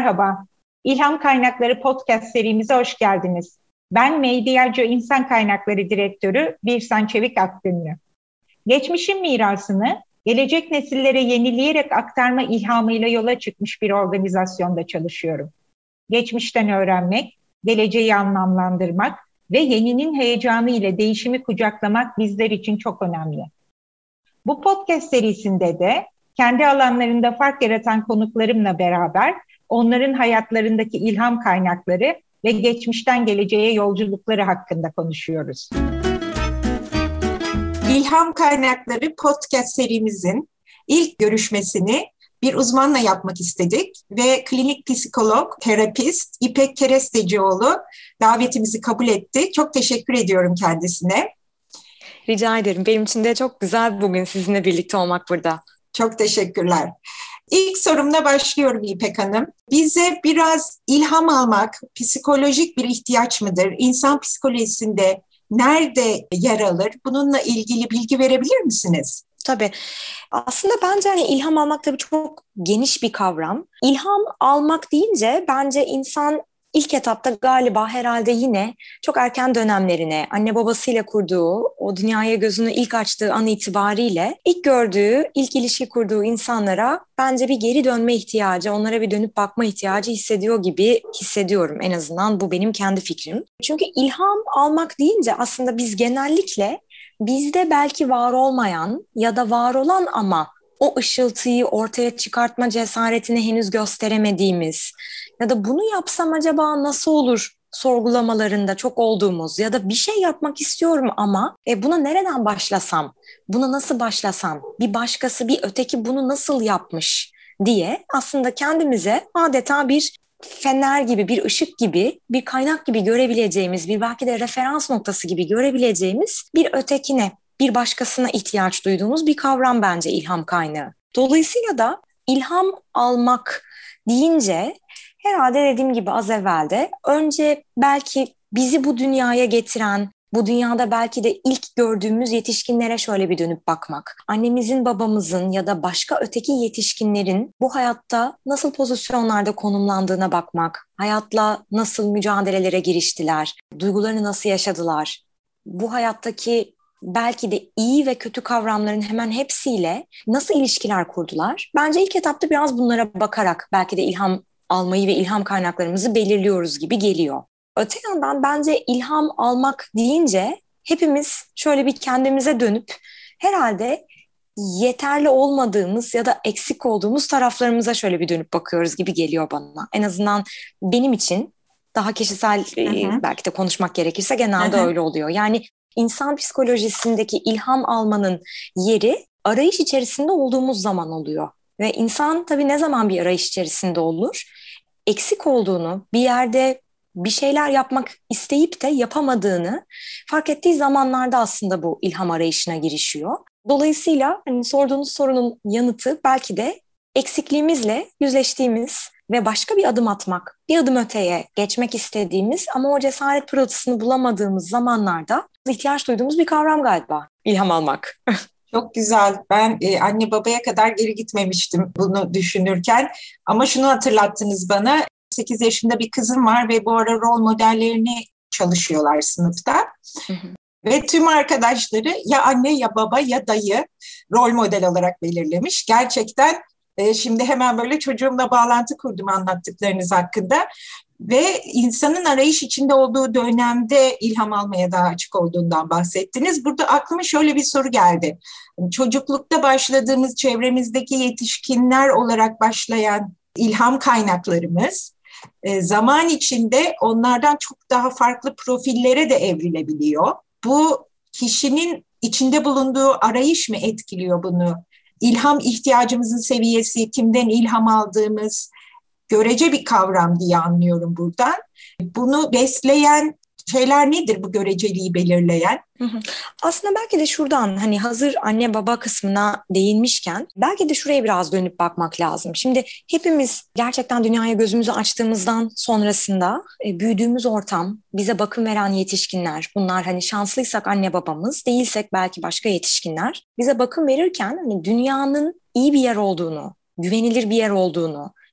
merhaba. İlham Kaynakları podcast serimize hoş geldiniz. Ben Medyacı İnsan Kaynakları Direktörü Birsen Çevik Akgünlü. Geçmişin mirasını gelecek nesillere yenileyerek aktarma ilhamıyla yola çıkmış bir organizasyonda çalışıyorum. Geçmişten öğrenmek, geleceği anlamlandırmak ve yeninin heyecanı ile değişimi kucaklamak bizler için çok önemli. Bu podcast serisinde de kendi alanlarında fark yaratan konuklarımla beraber onların hayatlarındaki ilham kaynakları ve geçmişten geleceğe yolculukları hakkında konuşuyoruz. İlham Kaynakları podcast serimizin ilk görüşmesini bir uzmanla yapmak istedik ve klinik psikolog, terapist İpek Kerestecioğlu davetimizi kabul etti. Çok teşekkür ediyorum kendisine. Rica ederim. Benim için de çok güzel bugün sizinle birlikte olmak burada. Çok teşekkürler. İlk sorumla başlıyorum İpek Hanım. Bize biraz ilham almak psikolojik bir ihtiyaç mıdır? İnsan psikolojisinde nerede yer alır? Bununla ilgili bilgi verebilir misiniz? Tabii. Aslında bence ilham almak tabii çok geniş bir kavram. İlham almak deyince bence insan İlk etapta galiba herhalde yine çok erken dönemlerine, anne babasıyla kurduğu, o dünyaya gözünü ilk açtığı an itibariyle ilk gördüğü, ilk ilişki kurduğu insanlara bence bir geri dönme ihtiyacı, onlara bir dönüp bakma ihtiyacı hissediyor gibi hissediyorum. En azından bu benim kendi fikrim. Çünkü ilham almak deyince aslında biz genellikle bizde belki var olmayan ya da var olan ama o ışıltıyı ortaya çıkartma cesaretini henüz gösteremediğimiz ya da bunu yapsam acaba nasıl olur sorgulamalarında çok olduğumuz ya da bir şey yapmak istiyorum ama buna nereden başlasam, buna nasıl başlasam, bir başkası, bir öteki bunu nasıl yapmış diye aslında kendimize adeta bir fener gibi, bir ışık gibi, bir kaynak gibi görebileceğimiz, bir belki de referans noktası gibi görebileceğimiz bir ötekine, bir başkasına ihtiyaç duyduğumuz bir kavram bence ilham kaynağı. Dolayısıyla da ilham almak deyince herhalde dediğim gibi az evvel de önce belki bizi bu dünyaya getiren, bu dünyada belki de ilk gördüğümüz yetişkinlere şöyle bir dönüp bakmak. Annemizin, babamızın ya da başka öteki yetişkinlerin bu hayatta nasıl pozisyonlarda konumlandığına bakmak, hayatla nasıl mücadelelere giriştiler, duygularını nasıl yaşadılar, bu hayattaki belki de iyi ve kötü kavramların hemen hepsiyle nasıl ilişkiler kurdular? Bence ilk etapta biraz bunlara bakarak belki de ilham almayı ve ilham kaynaklarımızı belirliyoruz gibi geliyor. Öte yandan bence ilham almak deyince hepimiz şöyle bir kendimize dönüp herhalde yeterli olmadığımız ya da eksik olduğumuz taraflarımıza şöyle bir dönüp bakıyoruz gibi geliyor bana. En azından benim için daha kişisel belki de konuşmak gerekirse genelde öyle oluyor. Yani İnsan psikolojisindeki ilham almanın yeri arayış içerisinde olduğumuz zaman oluyor. Ve insan tabii ne zaman bir arayış içerisinde olur? Eksik olduğunu, bir yerde bir şeyler yapmak isteyip de yapamadığını fark ettiği zamanlarda aslında bu ilham arayışına girişiyor. Dolayısıyla sorduğunuz sorunun yanıtı belki de eksikliğimizle yüzleştiğimiz ve başka bir adım atmak, bir adım öteye geçmek istediğimiz ama o cesaret pırıltısını bulamadığımız zamanlarda ihtiyaç duyduğumuz bir kavram galiba, ilham almak. Çok güzel. Ben anne babaya kadar geri gitmemiştim bunu düşünürken. Ama şunu hatırlattınız bana. 8 yaşında bir kızım var ve bu ara rol modellerini çalışıyorlar sınıfta. Ve tüm arkadaşları ya anne ya baba ya dayı rol model olarak belirlemiş. Gerçekten şimdi hemen böyle çocuğumla bağlantı kurdum anlattıklarınız hakkında. Ve insanın arayış içinde olduğu dönemde ilham almaya daha açık olduğundan bahsettiniz. Burada aklıma şöyle bir soru geldi. Çocuklukta başladığımız çevremizdeki yetişkinler olarak başlayan ilham kaynaklarımız zaman içinde onlardan çok daha farklı profillere de evrilebiliyor. Bu kişinin içinde bulunduğu arayış mı etkiliyor bunu? İlham ihtiyacımızın seviyesi, kimden ilham aldığımız görece bir kavram diye anlıyorum buradan. Bunu besleyen şeyler nedir, bu göreceliği belirleyen? Aslında belki de şuradan hazır anne baba kısmına değinmişken belki de şuraya biraz dönüp bakmak lazım. Şimdi hepimiz gerçekten dünyaya gözümüzü açtığımızdan sonrasında büyüdüğümüz ortam, bize bakım veren yetişkinler, bunlar şanslıysak anne babamız, değilsek belki başka yetişkinler bize bakım verirken dünyanın iyi bir yer olduğunu, güvenilir bir yer olduğunu,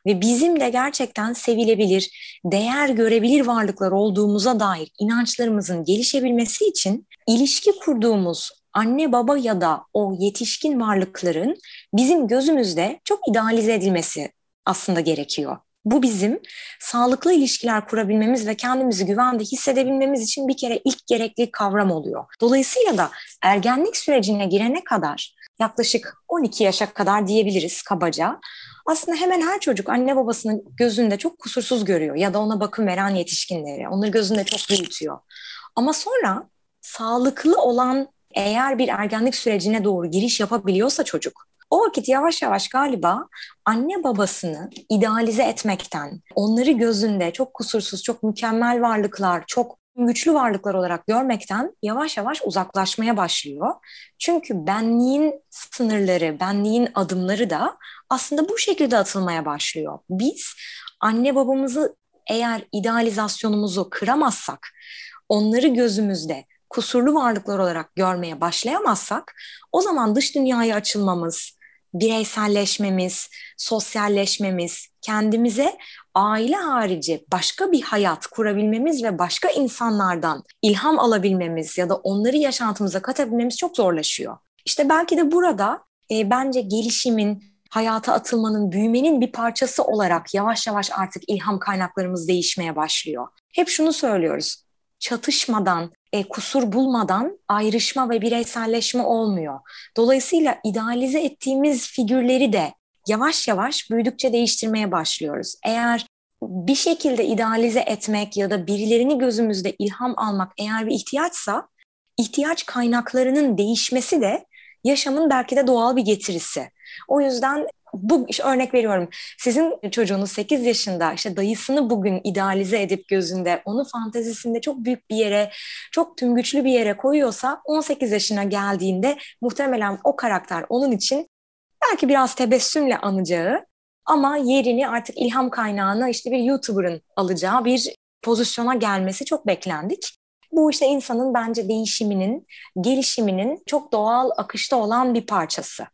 ve bizim de gerçekten sevilebilir, değer görebilir varlıklar olduğumuza dair inançlarımızın gelişebilmesi için ilişki kurduğumuz anne baba ya da o yetişkin varlıkların bizim gözümüzde çok idealize edilmesi aslında gerekiyor. Bu bizim sağlıklı ilişkiler kurabilmemiz ve kendimizi güvende hissedebilmemiz için bir kere ilk gerekli kavram oluyor. Dolayısıyla da ergenlik sürecine girene kadar yaklaşık 12 yaşa kadar diyebiliriz kabaca. Aslında hemen her çocuk anne babasının gözünde çok kusursuz görüyor ya da ona bakım veren yetişkinleri. Onları gözünde çok büyütüyor. Ama sonra sağlıklı olan eğer bir ergenlik sürecine doğru giriş yapabiliyorsa çocuk, o vakit yavaş yavaş galiba anne babasını idealize etmekten, onları gözünde çok kusursuz, çok mükemmel varlıklar, çok güçlü varlıklar olarak görmekten yavaş yavaş uzaklaşmaya başlıyor. Çünkü benliğin sınırları, benliğin adımları da aslında bu şekilde atılmaya başlıyor. Biz anne babamızı eğer idealizasyonumuzu kıramazsak, onları gözümüzde kusurlu varlıklar olarak görmeye başlayamazsak, o zaman dış dünyaya açılmamız, bireyselleşmemiz, sosyalleşmemiz, kendimize aile harici başka bir hayat kurabilmemiz ve başka insanlardan ilham alabilmemiz ya da onları yaşantımıza katabilmemiz çok zorlaşıyor. İşte belki de burada bence gelişimin, hayata atılmanın, büyümenin bir parçası olarak yavaş yavaş artık ilham kaynaklarımız değişmeye başlıyor. Hep şunu söylüyoruz, çatışmadan, kusur bulmadan ayrışma ve bireyselleşme olmuyor. Dolayısıyla idealize ettiğimiz figürleri de yavaş yavaş büyüdükçe değiştirmeye başlıyoruz. Eğer bir şekilde idealize etmek ya da birilerini gözümüzde ilham almak eğer bir ihtiyaçsa, ihtiyaç kaynaklarının değişmesi de yaşamın belki de doğal bir getirisi. O yüzden bu işte örnek veriyorum. Sizin çocuğunuz 8 yaşında işte dayısını bugün idealize edip gözünde onu fantezisinde çok büyük bir yere, çok tüm güçlü bir yere koyuyorsa 18 yaşına geldiğinde muhtemelen o karakter onun için belki biraz tebessümle anacağı ama yerini artık ilham kaynağına işte bir YouTuber'ın alacağı bir pozisyona gelmesi çok beklendik. Bu işte insanın bence değişiminin, gelişiminin çok doğal akışta olan bir parçası.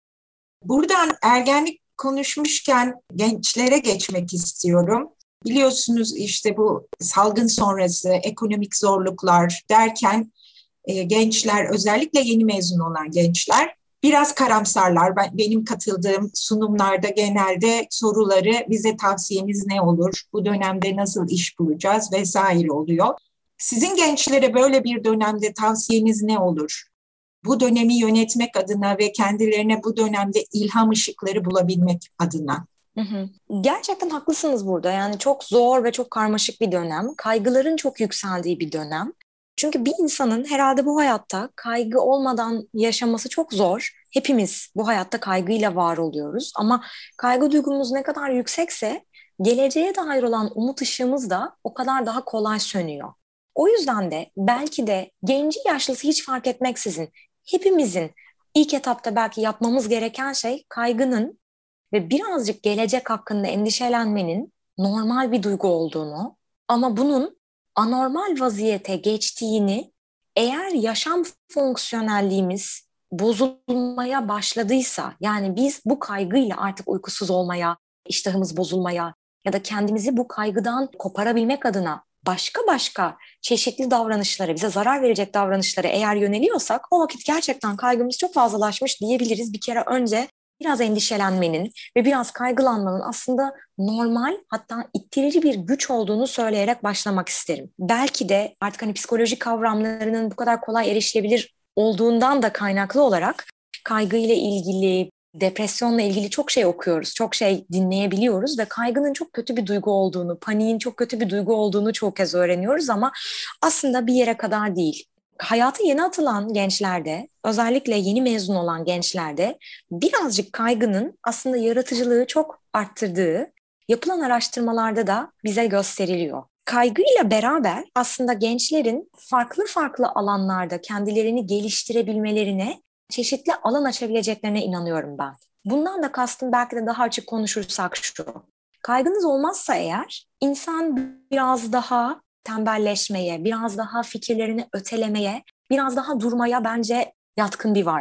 Buradan ergenlik konuşmuşken gençlere geçmek istiyorum. Biliyorsunuz işte bu salgın sonrası ekonomik zorluklar derken gençler, özellikle yeni mezun olan gençler biraz karamsarlar. Benim katıldığım sunumlarda genelde soruları bize tavsiyeniz ne olur, bu dönemde nasıl iş bulacağız vesaire oluyor. Sizin gençlere böyle bir dönemde tavsiyeniz ne olur? Bu dönemi yönetmek adına ve kendilerine bu dönemde ilham ışıkları bulabilmek adına. Gerçekten haklısınız burada. Yani çok zor ve çok karmaşık bir dönem. Kaygıların çok yükseldiği bir dönem. Çünkü bir insanın herhalde bu hayatta kaygı olmadan yaşaması çok zor. Hepimiz bu hayatta kaygıyla var oluyoruz. Ama kaygı duygumuz ne kadar yüksekse geleceğe dair olan umut ışığımız da o kadar daha kolay sönüyor. O yüzden de belki de genci yaşlısı hiç fark etmeksizin hepimizin ilk etapta belki yapmamız gereken şey kaygının ve birazcık gelecek hakkında endişelenmenin normal bir duygu olduğunu ama bunun anormal vaziyete geçtiğini, eğer yaşam fonksiyonelliğimiz bozulmaya başladıysa, yani biz bu kaygıyla artık uykusuz olmaya, iştahımız bozulmaya ya da kendimizi bu kaygıdan koparabilmek adına başka çeşitli davranışlara, bize zarar verecek davranışlara eğer yöneliyorsak, o vakit gerçekten kaygımız çok fazlalaşmış diyebiliriz. Bir kere önce biraz endişelenmenin ve biraz kaygılanmanın aslında normal, hatta ittirici bir güç olduğunu söyleyerek başlamak isterim. Belki de artık hani psikolojik kavramlarının bu kadar kolay erişilebilir olduğundan da kaynaklı olarak kaygıyla ilgili, depresyonla ilgili çok şey okuyoruz, çok şey dinleyebiliyoruz ve kaygının çok kötü bir duygu olduğunu, paniğin çok kötü bir duygu olduğunu çok kez öğreniyoruz ama aslında bir yere kadar değil. Hayata yeni atılan gençlerde, özellikle yeni mezun olan gençlerde birazcık kaygının aslında yaratıcılığı çok arttırdığı yapılan araştırmalarda da bize gösteriliyor. Kaygıyla beraber aslında gençlerin farklı alanlarda kendilerini geliştirebilmelerine, çeşitli alan açabileceklerine inanıyorum ben. Bundan da kastım belki de daha açık konuşursak şu. Kaygınız olmazsa eğer insan biraz daha tembelleşmeye, biraz daha fikirlerini ötelemeye, biraz daha durmaya bence yatkın bir varlık.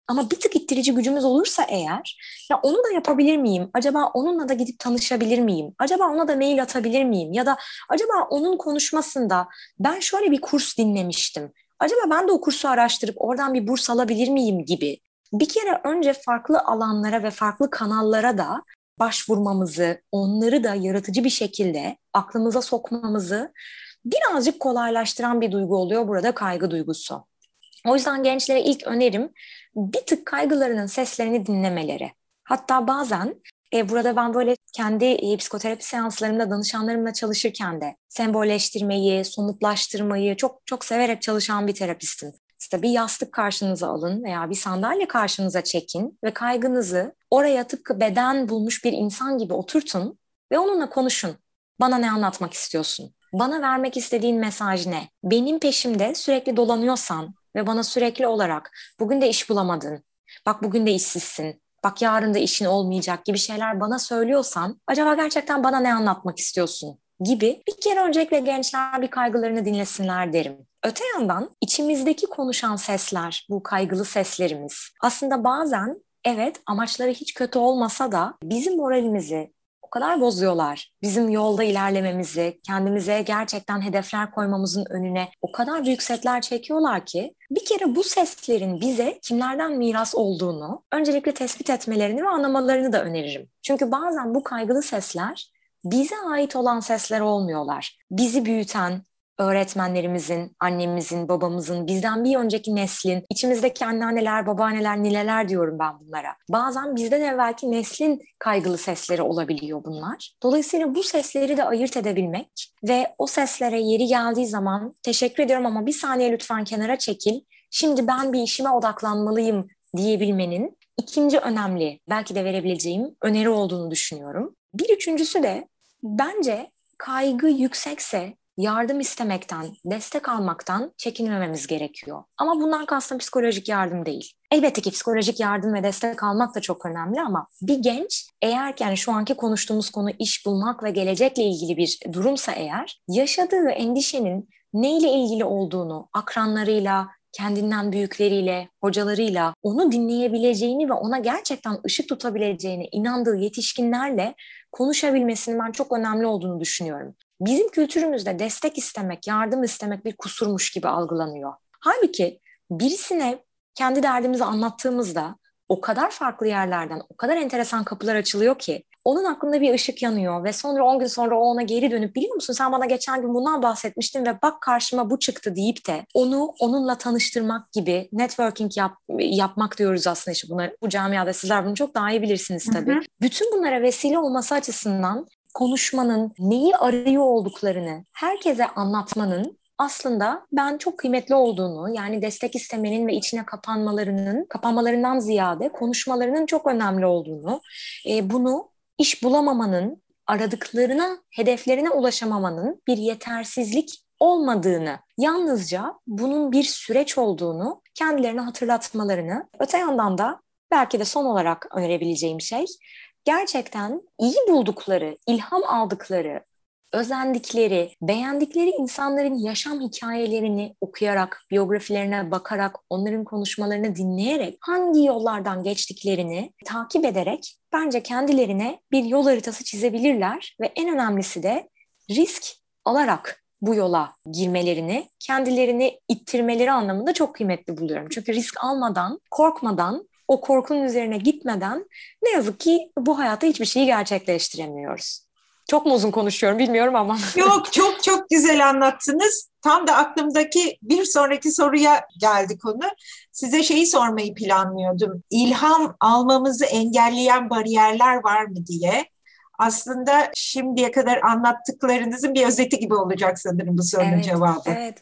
Ama bir tık ittirici gücümüz olursa eğer, ya onu da yapabilir miyim? Acaba onunla da gidip tanışabilir miyim? Acaba ona da mail atabilir miyim? Ya da acaba onun konuşmasında ben şöyle bir kurs dinlemiştim. Acaba ben de o kursu araştırıp oradan bir burs alabilir miyim gibi. Bir kere önce farklı alanlara ve farklı kanallara da başvurmamızı, onları da yaratıcı bir şekilde aklımıza sokmamızı birazcık kolaylaştıran bir duygu oluyor burada, kaygı duygusu. O yüzden gençlere ilk önerim bir tık kaygılarının seslerini dinlemeleri. Hatta bazen burada ben böyle kendi psikoterapi seanslarımda danışanlarımla çalışırken de sembolleştirmeyi, somutlaştırmayı çok çok severek çalışan bir terapistim. İşte bir yastık karşınıza alın veya bir sandalye karşınıza çekin ve kaygınızı oraya tıpkı beden bulmuş bir insan gibi oturtun ve onunla konuşun. Bana ne anlatmak istiyorsun? Bana vermek istediğin mesaj ne? Benim peşimde sürekli dolanıyorsan ve bana sürekli olarak bugün de iş bulamadın, bak bugün de işsizsin, bak yarın da işin olmayacak gibi şeyler bana söylüyorsan acaba gerçekten bana ne anlatmak istiyorsun gibi bir kere öncelikle gençler bir kaygılarını dinlesinler derim. Öte yandan içimizdeki konuşan sesler, bu kaygılı seslerimiz aslında bazen evet amaçları hiç kötü olmasa da bizim moralimizi o kadar bozuyorlar. Bizim yolda ilerlememizi, kendimize gerçekten hedefler koymamızın önüne o kadar büyük setler çekiyorlar ki bir kere bu seslerin bize kimlerden miras olduğunu öncelikle tespit etmelerini ve anlamalarını da öneririm. Çünkü bazen bu kaygılı sesler bize ait olan sesler olmuyorlar. Bizi büyüten, öğretmenlerimizin, annemizin, babamızın, bizden bir önceki neslin, içimizdeki anneanneler, babaanneler, nineler diyorum ben bunlara. Bazen bizden evvelki neslin kaygılı sesleri olabiliyor bunlar. Dolayısıyla bu sesleri de ayırt edebilmek ve o seslere yeri geldiği zaman teşekkür ediyorum ama bir saniye lütfen kenara çekil, şimdi ben bir işime odaklanmalıyım diyebilmenin ikinci önemli, belki de verebileceğim öneri olduğunu düşünüyorum. Bir üçüncüsü de bence kaygı yüksekse yardım istemekten, destek almaktan çekinmememiz gerekiyor. Ama bundan kastım psikolojik yardım değil. Elbette ki psikolojik yardım ve destek almak da çok önemli ama bir genç eğer yani şu anki konuştuğumuz konu iş bulmak ve gelecekle ilgili bir durumsa eğer yaşadığı endişenin neyle ilgili olduğunu akranlarıyla, kendinden büyükleriyle, hocalarıyla onu dinleyebileceğini ve ona gerçekten ışık tutabileceğine inandığı yetişkinlerle konuşabilmesinin ben çok önemli olduğunu düşünüyorum. Bizim kültürümüzde destek istemek, yardım istemek bir kusurmuş gibi algılanıyor. Halbuki birisine kendi derdimizi anlattığımızda o kadar farklı yerlerden, o kadar enteresan kapılar açılıyor ki onun aklında bir ışık yanıyor ve sonra 10 gün sonra o ona geri dönüp biliyor musun sen bana geçen gün bundan bahsetmiştin ve bak karşıma bu çıktı deyip de onu onunla tanıştırmak gibi networking yapmak diyoruz aslında işte bunlar, bu camiada sizler bunu çok daha iyi bilirsiniz tabii. Hı hı. Bütün bunlara vesile olması açısından konuşmanın, neyi arıyor olduklarını herkese anlatmanın aslında ben çok kıymetli olduğunu, yani destek istemenin ve içine kapanmalarından ziyade konuşmalarının çok önemli olduğunu, bunu iş bulamamanın, aradıklarına, hedeflerine ulaşamamanın bir yetersizlik olmadığını, yalnızca bunun bir süreç olduğunu kendilerine hatırlatmalarını, öte yandan da belki de son olarak önerebileceğim şey, gerçekten iyi buldukları, ilham aldıkları, özendikleri, beğendikleri insanların yaşam hikayelerini okuyarak, biyografilerine bakarak, onların konuşmalarını dinleyerek, hangi yollardan geçtiklerini takip ederek bence kendilerine bir yol haritası çizebilirler ve en önemlisi de risk alarak bu yola girmelerini, kendilerini ittirmeleri anlamında çok kıymetli buluyorum. Çünkü risk almadan, korkmadan, o korkunun üzerine gitmeden ne yazık ki bu hayatta hiçbir şeyi gerçekleştiremiyoruz. Çok mu uzun konuşuyorum bilmiyorum ama. Yok, çok çok güzel anlattınız. Tam da aklımdaki bir sonraki soruya geldi konu. Size şeyi sormayı planlıyordum. İlham almamızı engelleyen bariyerler var mı diye. Aslında şimdiye kadar anlattıklarınızın bir özeti gibi olacak sanırım bu sorunun cevabı. Evet.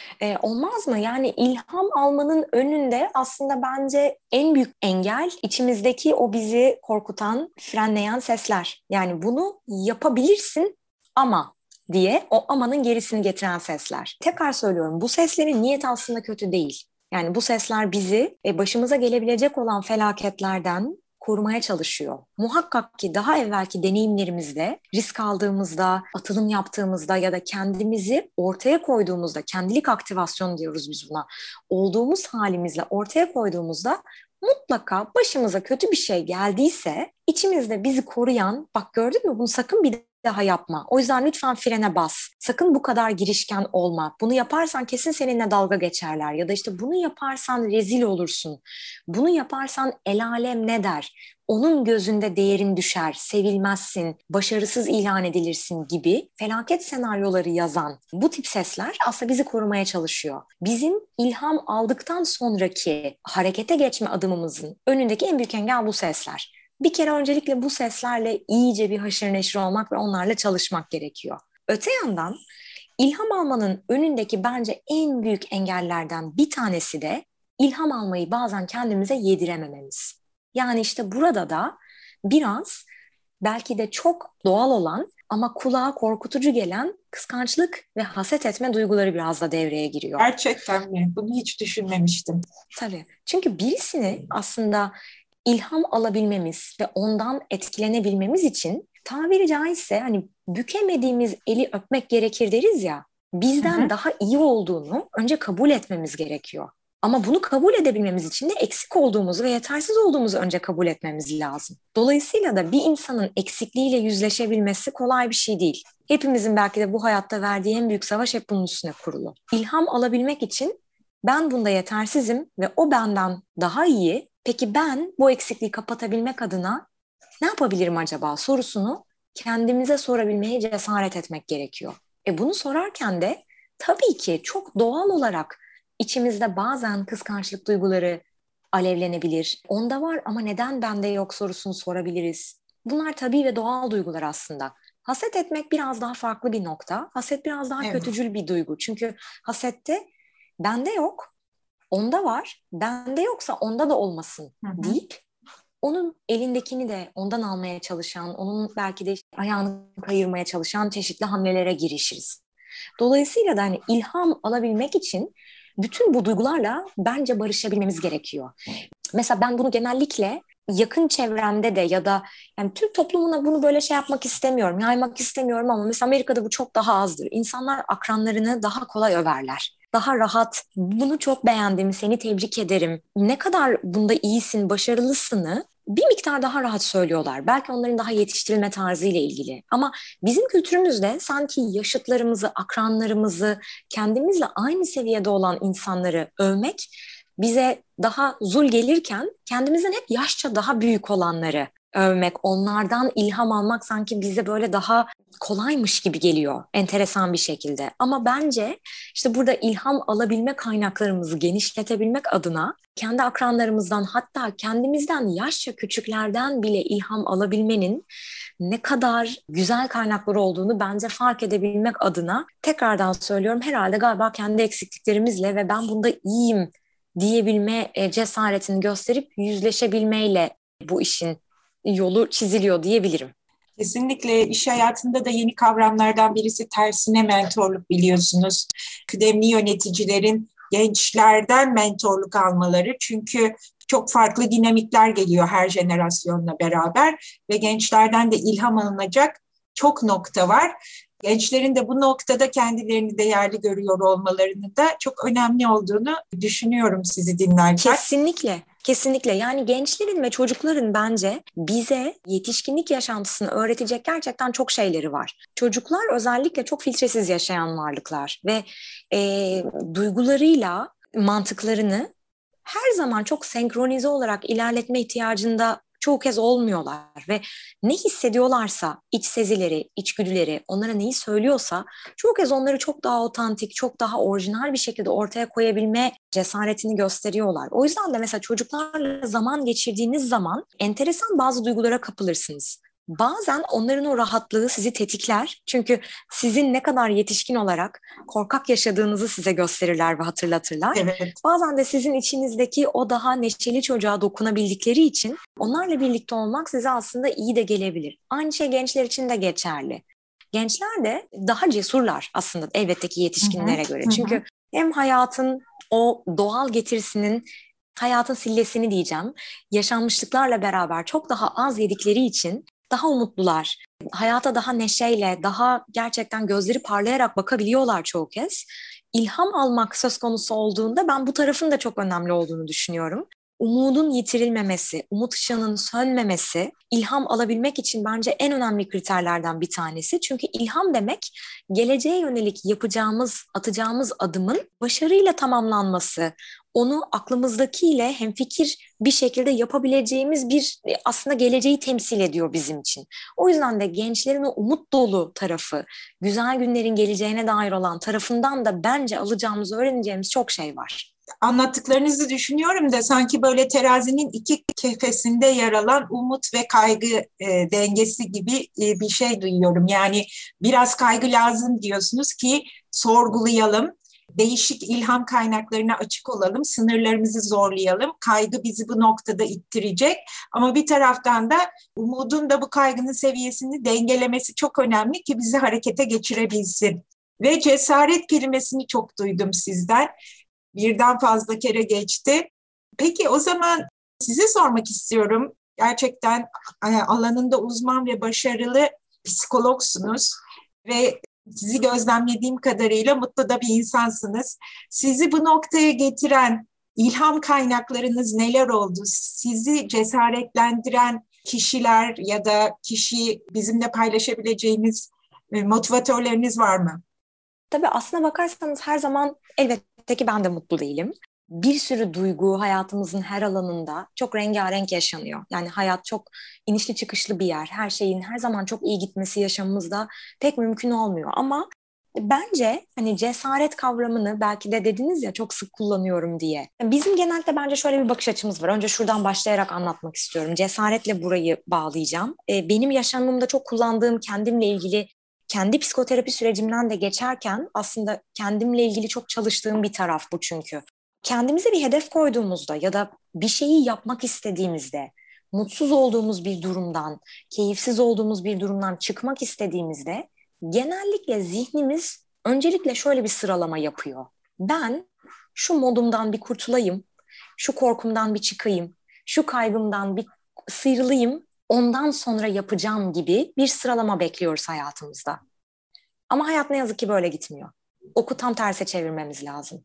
Olmaz mı? Yani ilham almanın önünde aslında bence en büyük engel içimizdeki o bizi korkutan, frenleyen sesler. Yani bunu yapabilirsin ama diye o amanın gerisini getiren sesler. Tekrar söylüyorum, bu seslerin niyeti aslında kötü değil. Yani bu sesler bizi başımıza gelebilecek olan felaketlerden korumaya çalışıyor. Muhakkak ki daha evvelki deneyimlerimizde, risk aldığımızda, atılım yaptığımızda ya da kendimizi ortaya koyduğumuzda, kendilik aktivasyon diyoruz biz buna, olduğumuz halimizle ortaya koyduğumuzda mutlaka başımıza kötü bir şey geldiyse içimizde bizi koruyan, bak gördün mü bunu sakın bir daha yapma. O yüzden lütfen frene bas. Sakın bu kadar girişken olma. Bunu yaparsan kesin seninle dalga geçerler. Ya da işte bunu yaparsan rezil olursun. Bunu yaparsan el alem ne der? Onun gözünde değerin düşer, sevilmezsin, başarısız ilan edilirsin gibi felaket senaryoları yazan bu tip sesler aslında bizi korumaya çalışıyor. Bizim ilham aldıktan sonraki harekete geçme adımımızın önündeki en büyük engel bu sesler. Bir kere öncelikle bu seslerle iyice bir haşır neşir olmak ve onlarla çalışmak gerekiyor. Öte yandan ilham almanın önündeki bence en büyük engellerden bir tanesi de ilham almayı bazen kendimize yediremememiz. Yani işte burada da biraz belki de çok doğal olan ama kulağa korkutucu gelen kıskançlık ve haset etme duyguları biraz da devreye giriyor. Gerçekten mi? Bunu hiç düşünmemiştim. Tabii. Çünkü birisini aslında ilham alabilmemiz ve ondan etkilenebilmemiz için tabiri caizse hani bükemediğimiz eli öpmek gerekir deriz ya. Bizden daha iyi olduğunu önce kabul etmemiz gerekiyor. Ama bunu kabul edebilmemiz için de eksik olduğumuzu ve yetersiz olduğumuzu önce kabul etmemiz lazım. Dolayısıyla da bir insanın eksikliğiyle yüzleşebilmesi kolay bir şey değil. Hepimizin belki de bu hayatta verdiği en büyük savaş hep bunun üstüne kurulu. İlham alabilmek için ben bunda yetersizim ve o benden daha iyi. Peki ben bu eksikliği kapatabilmek adına ne yapabilirim acaba sorusunu kendimize sorabilmeye cesaret etmek gerekiyor. Bunu sorarken de tabii ki çok doğal olarak içimizde bazen kıskançlık duyguları alevlenebilir. Onda var ama neden bende yok sorusunu sorabiliriz. Bunlar tabii ve doğal duygular aslında. Haset etmek biraz daha farklı bir nokta. Haset biraz daha kötücül bir duygu. Çünkü hasette bende yok, onda var, bende yoksa onda da olmasın deyip onun elindekini de ondan almaya çalışan, onun belki de ayağını kayırmaya çalışan çeşitli hamlelere girişiriz. Dolayısıyla da hani ilham alabilmek için bütün bu duygularla bence barışabilmemiz gerekiyor. Mesela ben bunu genellikle yakın çevremde de ya da yani Türk toplumuna bunu böyle şey yapmak istemiyorum, yaymak istemiyorum ama mesela Amerika'da bu çok daha azdır. İnsanlar akranlarını daha kolay överler. Daha rahat, bunu çok beğendim, seni tebrik ederim. Ne kadar bunda iyisin, başarılısını bir miktar daha rahat söylüyorlar. Belki onların daha yetiştirilme tarzıyla ilgili. Ama bizim kültürümüzde sanki yaşıtlarımızı, akranlarımızı, kendimizle aynı seviyede olan insanları övmek bize daha zul gelirken kendimizden hep yaşça daha büyük olanları övmek, onlardan ilham almak sanki bize böyle daha kolaymış gibi geliyor enteresan bir şekilde. Ama bence işte burada ilham alabilme kaynaklarımızı genişletebilmek adına kendi akranlarımızdan hatta kendimizden yaşça küçüklerden bile ilham alabilmenin ne kadar güzel kaynakları olduğunu bence fark edebilmek adına tekrardan söylüyorum herhalde galiba kendi eksikliklerimizle ve ben bunda iyiyim diyebilme cesaretini gösterip yüzleşebilmeyle bu işin yolu çiziliyor diyebilirim. Kesinlikle iş hayatında da yeni kavramlardan birisi tersine mentorluk biliyorsunuz. Kıdemli yöneticilerin gençlerden mentorluk almaları çünkü çok farklı dinamikler geliyor her jenerasyonla beraber ve gençlerden de ilham alınacak çok nokta var. Gençlerin de bu noktada kendilerini değerli görüyor olmalarının da çok önemli olduğunu düşünüyorum sizi dinlerken. Kesinlikle. Kesinlikle yani gençlerin ve çocukların bence bize yetişkinlik yaşantısını öğretecek gerçekten çok şeyleri var. Çocuklar özellikle çok filtresiz yaşayan varlıklar ve duygularıyla mantıklarını her zaman çok senkronize olarak ilerletme ihtiyacında çoğu kez olmuyorlar ve ne hissediyorlarsa iç sezileri, içgüdüleri onlara neyi söylüyorsa çoğu kez onları çok daha otantik, çok daha orijinal bir şekilde ortaya koyabilme cesaretini gösteriyorlar. O yüzden de mesela çocuklarla zaman geçirdiğiniz zaman enteresan bazı duygulara kapılırsınız. Bazen onların o rahatlığı sizi tetikler. Çünkü sizin ne kadar yetişkin olarak korkak yaşadığınızı size gösterirler ve hatırlatırlar. Evet. Bazen de sizin içinizdeki o daha neşeli çocuğa dokunabildikleri için onlarla birlikte olmak size aslında iyi de gelebilir. Aynı şey gençler için de geçerli. Gençler de daha cesurlar aslında elbette ki yetişkinlere göre. Çünkü hem hayatın o doğal getirisinin hayatın sillesini diyeceğim, yaşanmışlıklarla beraber çok daha az yedikleri için daha umutlular. Hayata daha neşeyle, daha gerçekten gözleri parlayarak bakabiliyorlar çoğu kez. İlham almak söz konusu olduğunda ben bu tarafın da çok önemli olduğunu düşünüyorum. umudun yitirilmemesi, umut ışığının sönmemesi ilham alabilmek için bence en önemli kriterlerden bir tanesi. Çünkü ilham demek geleceğe yönelik yapacağımız, atacağımız adımın başarıyla tamamlanması, onu aklımızdakiyle hemfikir bir şekilde yapabileceğimiz bir aslında geleceği temsil ediyor bizim için. O yüzden de gençlerin o umut dolu tarafı, güzel günlerin geleceğine dair olan tarafından da bence alacağımız, öğreneceğimiz çok şey var. Anlattıklarınızı düşünüyorum da sanki böyle terazinin iki kefesinde yer alan umut ve kaygı dengesi gibi bir şey duyuyorum. Yani biraz kaygı lazım diyorsunuz ki sorgulayalım, değişik ilham kaynaklarına açık olalım, sınırlarımızı zorlayalım. Kaygı bizi bu noktada ittirecek ama bir taraftan da umudun da bu kaygının seviyesini dengelemesi çok önemli ki bizi harekete geçirebilsin. Ve cesaret kelimesini çok duydum sizden. Birden fazla kere geçti. Peki o zaman size sormak istiyorum. Gerçekten alanında uzman ve başarılı psikologsunuz ve sizi gözlemlediğim kadarıyla mutlu da bir insansınız. Sizi bu noktaya getiren ilham kaynaklarınız neler oldu? Sizi cesaretlendiren kişiler ya da kişi bizimle paylaşabileceğiniz motivatörleriniz var mı? Tabii aslına bakarsanız her zaman elbette ki ben de mutlu değilim. Bir sürü duygu hayatımızın her alanında çok rengarenk yaşanıyor. Yani hayat çok inişli çıkışlı bir yer. Her şeyin her zaman çok iyi gitmesi yaşamımızda pek mümkün olmuyor. Ama bence hani cesaret kavramını belki de dediniz ya çok sık kullanıyorum diye. Bizim genelde bence şöyle bir bakış açımız var. Önce şuradan başlayarak anlatmak istiyorum. Cesaretle burayı bağlayacağım. Benim yaşamımda çok kullandığım kendimle ilgili kendi psikoterapi sürecimden de geçerken aslında kendimle ilgili çok çalıştığım bir taraf bu çünkü. Kendimize bir hedef koyduğumuzda ya da bir şeyi yapmak istediğimizde, mutsuz olduğumuz bir durumdan, keyifsiz olduğumuz bir durumdan çıkmak istediğimizde genellikle zihnimiz öncelikle şöyle bir sıralama yapıyor. Ben şu modumdan bir kurtulayım, şu korkumdan bir çıkayım, şu kaygımdan bir sıyrılayım, ondan sonra yapacağım gibi bir sıralama bekliyoruz hayatımızda. Ama hayat ne yazık ki böyle gitmiyor. Oku tam terse çevirmemiz lazım.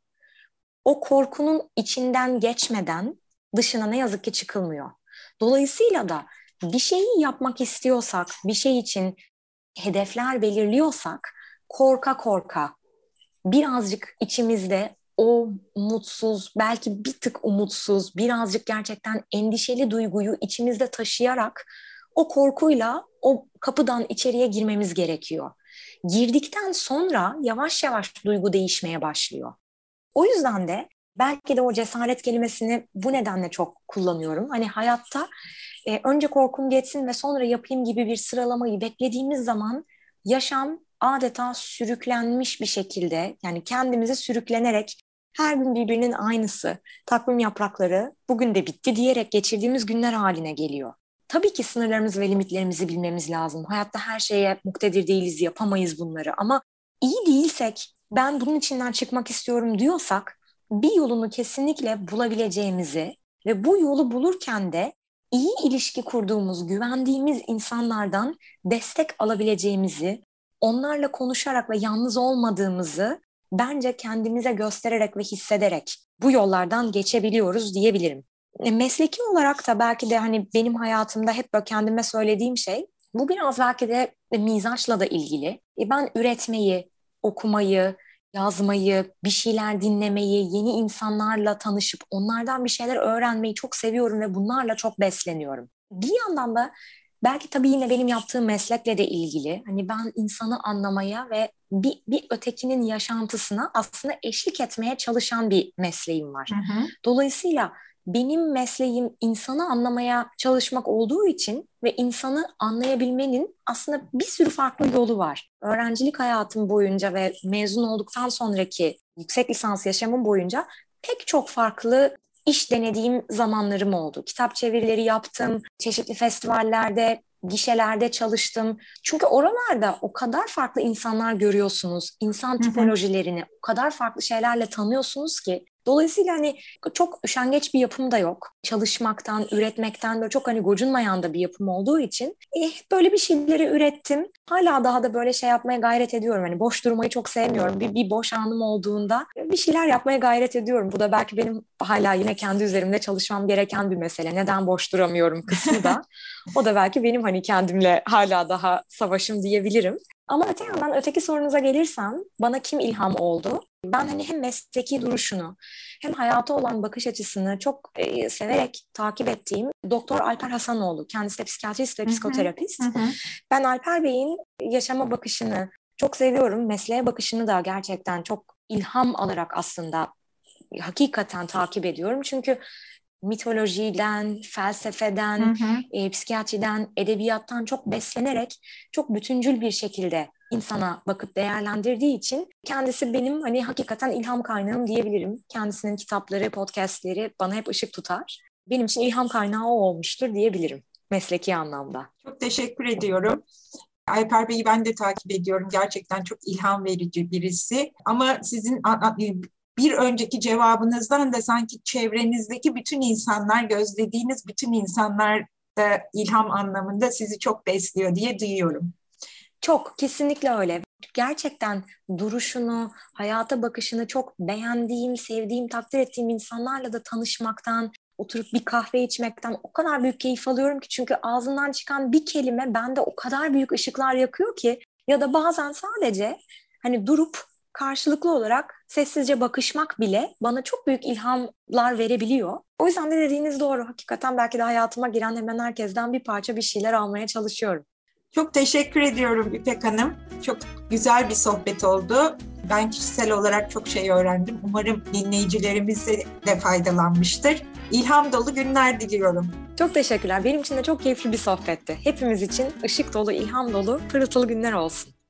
O korkunun içinden geçmeden dışına ne yazık ki çıkılmıyor. Dolayısıyla da bir şeyi yapmak istiyorsak, bir şey için hedefler belirliyorsak korka korka birazcık içimizde o mutsuz, belki bir tık umutsuz, birazcık gerçekten endişeli duyguyu içimizde taşıyarak o korkuyla o kapıdan içeriye girmemiz gerekiyor. Girdikten sonra yavaş yavaş duygu değişmeye başlıyor. O yüzden de belki de o cesaret kelimesini bu nedenle çok kullanıyorum. Hani hayatta önce korkum geçsin ve sonra yapayım gibi bir sıralamayı beklediğimiz zaman yaşam adeta sürüklenmiş bir şekilde, yani kendimizi sürüklenerek her gün birbirinin aynısı, takvim yaprakları bugün de bitti diyerek geçirdiğimiz günler haline geliyor. Tabii ki sınırlarımızı ve limitlerimizi bilmemiz lazım. Hayatta her şeye muktedir değiliz, yapamayız bunları ama iyi değilsek, ben bunun içinden çıkmak istiyorum diyorsak bir yolunu kesinlikle bulabileceğimizi ve bu yolu bulurken de iyi ilişki kurduğumuz, güvendiğimiz insanlardan destek alabileceğimizi, onlarla konuşarak ve yalnız olmadığımızı bence kendimize göstererek ve hissederek bu yollardan geçebiliyoruz diyebilirim. Mesleki olarak da belki de hani benim hayatımda hep böyle kendime söylediğim şey, bu biraz belki de mizaçla da ilgili. Ben üretmeyi, okumayı, yazmayı, bir şeyler dinlemeyi, yeni insanlarla tanışıp onlardan bir şeyler öğrenmeyi çok seviyorum ve bunlarla çok besleniyorum. Bir yandan da belki tabii yine benim yaptığım meslekle de ilgili. Hani ben insanı anlamaya ve bir ötekinin yaşantısına aslında eşlik etmeye çalışan bir mesleğim var. Hı hı. Dolayısıyla benim mesleğim insanı anlamaya çalışmak olduğu için ve insanı anlayabilmenin aslında bir sürü farklı yolu var. Öğrencilik hayatım boyunca ve mezun olduktan sonraki yüksek lisans yaşamım boyunca pek çok farklı iş denediğim zamanlarım oldu. Kitap çevirileri yaptım, çeşitli festivallerde, gişelerde çalıştım. Çünkü oralarda o kadar farklı insanlar görüyorsunuz, insan tipolojilerini o kadar farklı şeylerle tanıyorsunuz ki Dolayısıyla hani çok üşengeç bir yapım da yok. Çalışmaktan, üretmekten böyle çok hani gocunmayan da bir yapım olduğu için böyle bir şeyleri ürettim. Hala daha da böyle şey yapmaya gayret ediyorum. Hani boş durmayı çok sevmiyorum. Bir boş anım olduğunda bir şeyler yapmaya gayret ediyorum. Bu da belki benim hala yine kendi üzerimde çalışmam gereken bir mesele. Neden boş duramıyorum kısmı da. O da belki benim hani kendimle hala daha savaşım diyebilirim. Ama öte yandan öteki sorunuza gelirsem bana kim ilham oldu? Ben hani hem mesleki duruşunu hem hayata olan bakış açısını çok severek takip ettiğim Doktor Alper Hasanoğlu. Kendisi de psikiyatrist ve psikoterapist. Ben Alper Bey'in yaşama bakışını çok seviyorum. Mesleğe bakışını da gerçekten çok ilham alarak aslında hakikaten takip ediyorum. Çünkü mitolojiden, felsefeden, psikiyatriden, edebiyattan çok beslenerek çok bütüncül bir şekilde insana bakıp değerlendirdiği için kendisi benim hani hakikaten ilham kaynağım diyebilirim. Kendisinin kitapları, podcastleri bana hep ışık tutar. Benim için ilham kaynağı o olmuştur diyebilirim mesleki anlamda. Çok teşekkür ediyorum. Alper Bey'i ben de takip ediyorum. Gerçekten çok ilham verici birisi. Ama sizin bir önceki cevabınızdan da sanki çevrenizdeki bütün insanlar, gözlediğiniz bütün insanlar da ilham anlamında sizi çok besliyor diye duyuyorum. Çok, kesinlikle öyle. Gerçekten duruşunu, hayata bakışını çok beğendiğim, sevdiğim, takdir ettiğim insanlarla da tanışmaktan, oturup bir kahve içmekten o kadar büyük keyif alıyorum ki. Çünkü ağzından çıkan bir kelime bende o kadar büyük ışıklar yakıyor ki. Ya da bazen sadece hani durup karşılıklı olarak sessizce bakışmak bile bana çok büyük ilhamlar verebiliyor. O yüzden de dediğiniz doğru. Hakikaten belki de hayatıma giren hemen herkesten bir parça bir şeyler almaya çalışıyorum. Çok teşekkür ediyorum İpek Hanım. Çok güzel bir sohbet oldu. Ben kişisel olarak çok şey öğrendim. Umarım dinleyicilerimiz de faydalanmıştır. İlham dolu günler diliyorum. Çok teşekkürler. Benim için de çok keyifli bir sohbetti. Hepimiz için ışık dolu, ilham dolu, pırıltılı günler olsun.